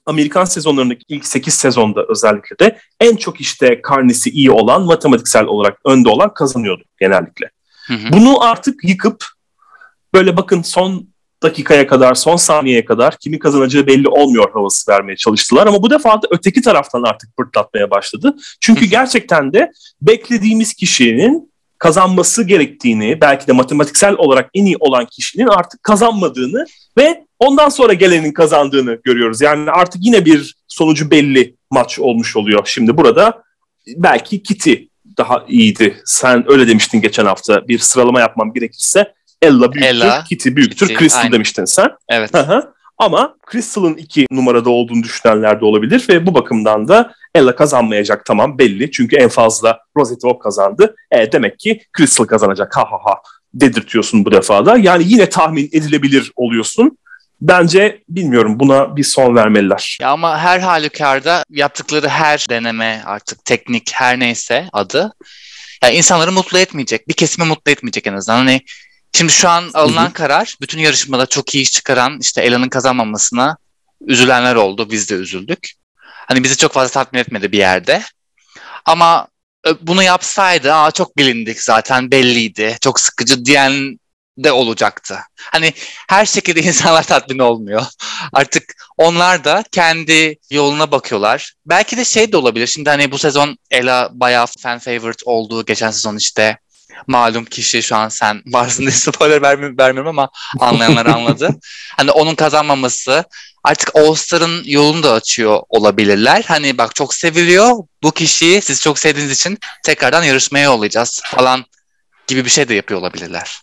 Amerikan sezonlarındaki ilk 8 sezonda özellikle de en çok işte karnesi iyi olan, matematiksel olarak önde olan kazanıyordu genellikle. Bunu artık yıkıp böyle bakın son dakikaya kadar, son saniyeye kadar kimin kazanacağı belli olmuyor havası vermeye çalıştılar. Ama bu defa da öteki taraftan artık pırtlatmaya başladı. Çünkü gerçekten de beklediğimiz kişinin kazanması gerektiğini, belki de matematiksel olarak en iyi olan kişinin artık kazanmadığını ve ondan sonra gelenin kazandığını görüyoruz. Yani artık yine bir sonucu belli maç olmuş oluyor. Şimdi burada belki Kitty daha iyiydi. Sen öyle demiştin geçen hafta. Bir sıralama yapmam gerekirse Ella büyüktür, Kitty büyüktür, Kitty, Crystal aynen demiştin sen. Evet. Ama Crystal'ın 2 numarada olduğunu düşünenler de olabilir ve bu bakımdan da Ella kazanmayacak, tamam belli. Çünkü en fazla Rosetta o kazandı. Demek ki Crystal kazanacak, ha dedirtiyorsun bu defa da. Yani yine tahmin edilebilir oluyorsun. Bence bilmiyorum, buna bir son vermeliler. Ya ama her halükarda yaptıkları her deneme, artık teknik her neyse adı, yani insanları mutlu etmeyecek. Bir kesimi mutlu etmeyecek en azından. Hani şimdi şu an alınan karar, bütün yarışmada çok iyi iş çıkaran işte Ella'nın kazanmamasına üzülenler oldu. Biz de üzüldük. Hani bizi çok fazla tatmin etmedi bir yerde. Ama bunu yapsaydı, çok bilindik zaten, belliydi, çok sıkıcı diyen de olacaktı. Hani her şekilde insanlar tatmin olmuyor. Artık onlar da kendi yoluna bakıyorlar. Belki de şey de olabilir. Şimdi hani bu sezon Ella bayağı fan favorite olduğu, geçen sezon işte malum kişi, şu an sen varsın diye spoiler vermiyorum ama anlayanlar anladı. Hani onun kazanmaması artık All Star'ın yolunu da açıyor olabilirler. Hani bak, çok seviliyor, bu kişiyi siz çok sevdiğiniz için tekrardan yarışmaya yollayacağız falan gibi bir şey de yapıyor olabilirler.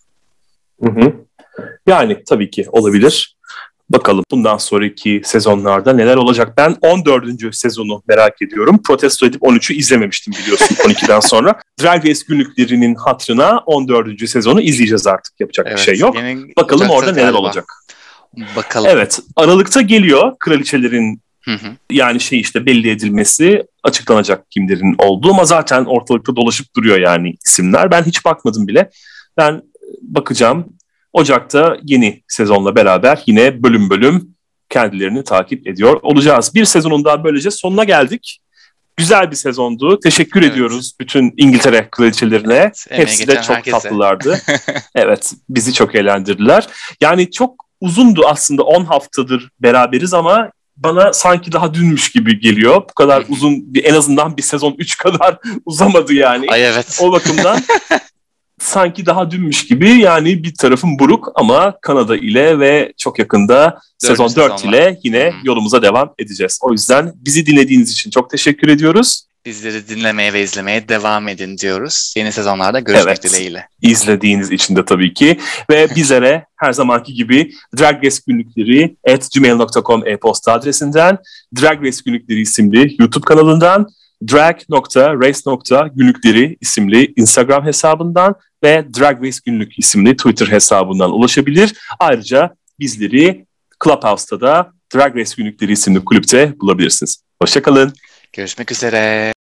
Yani tabii ki olabilir. Bakalım bundan sonraki sezonlarda neler olacak. Ben 14. sezonu merak ediyorum. Protesto edip 13'ü izlememiştim biliyorsun 12'den sonra. Drag Race günlüklerinin hatırına 14. sezonu izleyeceğiz artık. Yapacak bir şey yok. Bakalım orada neler olacak. Bakalım. Evet, Aralık'ta geliyor kraliçelerin yani işte belli edilmesi, açıklanacak kimlerin olduğu, ama zaten ortalıkta dolaşıp duruyor yani isimler. Ben hiç bakmadım bile. Ben bakacağım. Ocak'ta yeni sezonla beraber yine bölüm bölüm kendilerini takip ediyor olacağız. Bir sezonun daha böylece sonuna geldik. Güzel bir sezondu. Teşekkür ediyoruz bütün İngiltere kraliçelerine. Evet, hepsi de çok tatlılardı. Evet, bizi çok eğlendirdiler. Yani çok uzundu aslında, 10 haftadır beraberiz ama bana sanki daha dünmüş gibi geliyor. Bu kadar uzun, en azından bir sezon 3 kadar uzamadı yani. Ay evet. O bakımdan sanki daha dünmüş gibi, yani bir tarafım buruk ama Kanada ile ve çok yakında sezon 4 ile yine yolumuza devam edeceğiz. O yüzden bizi dinlediğiniz için çok teşekkür ediyoruz. Bizleri dinlemeye ve izlemeye devam edin diyoruz. Yeni sezonlarda görüşmek dileğiyle. İzlediğiniz için de tabii ki. Ve bizlere her zamanki gibi Drag Race Günlükleri @gmail.com e-posta adresinden, Drag Race Günlükleri isimli YouTube kanalından, drag.race.günlükleri isimli Instagram hesabından ve Drag Race Günlük isimli Twitter hesabından ulaşabilir. Ayrıca bizleri Clubhouse'da da Drag Race Günlükleri isimli kulüpte bulabilirsiniz. Hoşça kalın. Görüşmek üzere.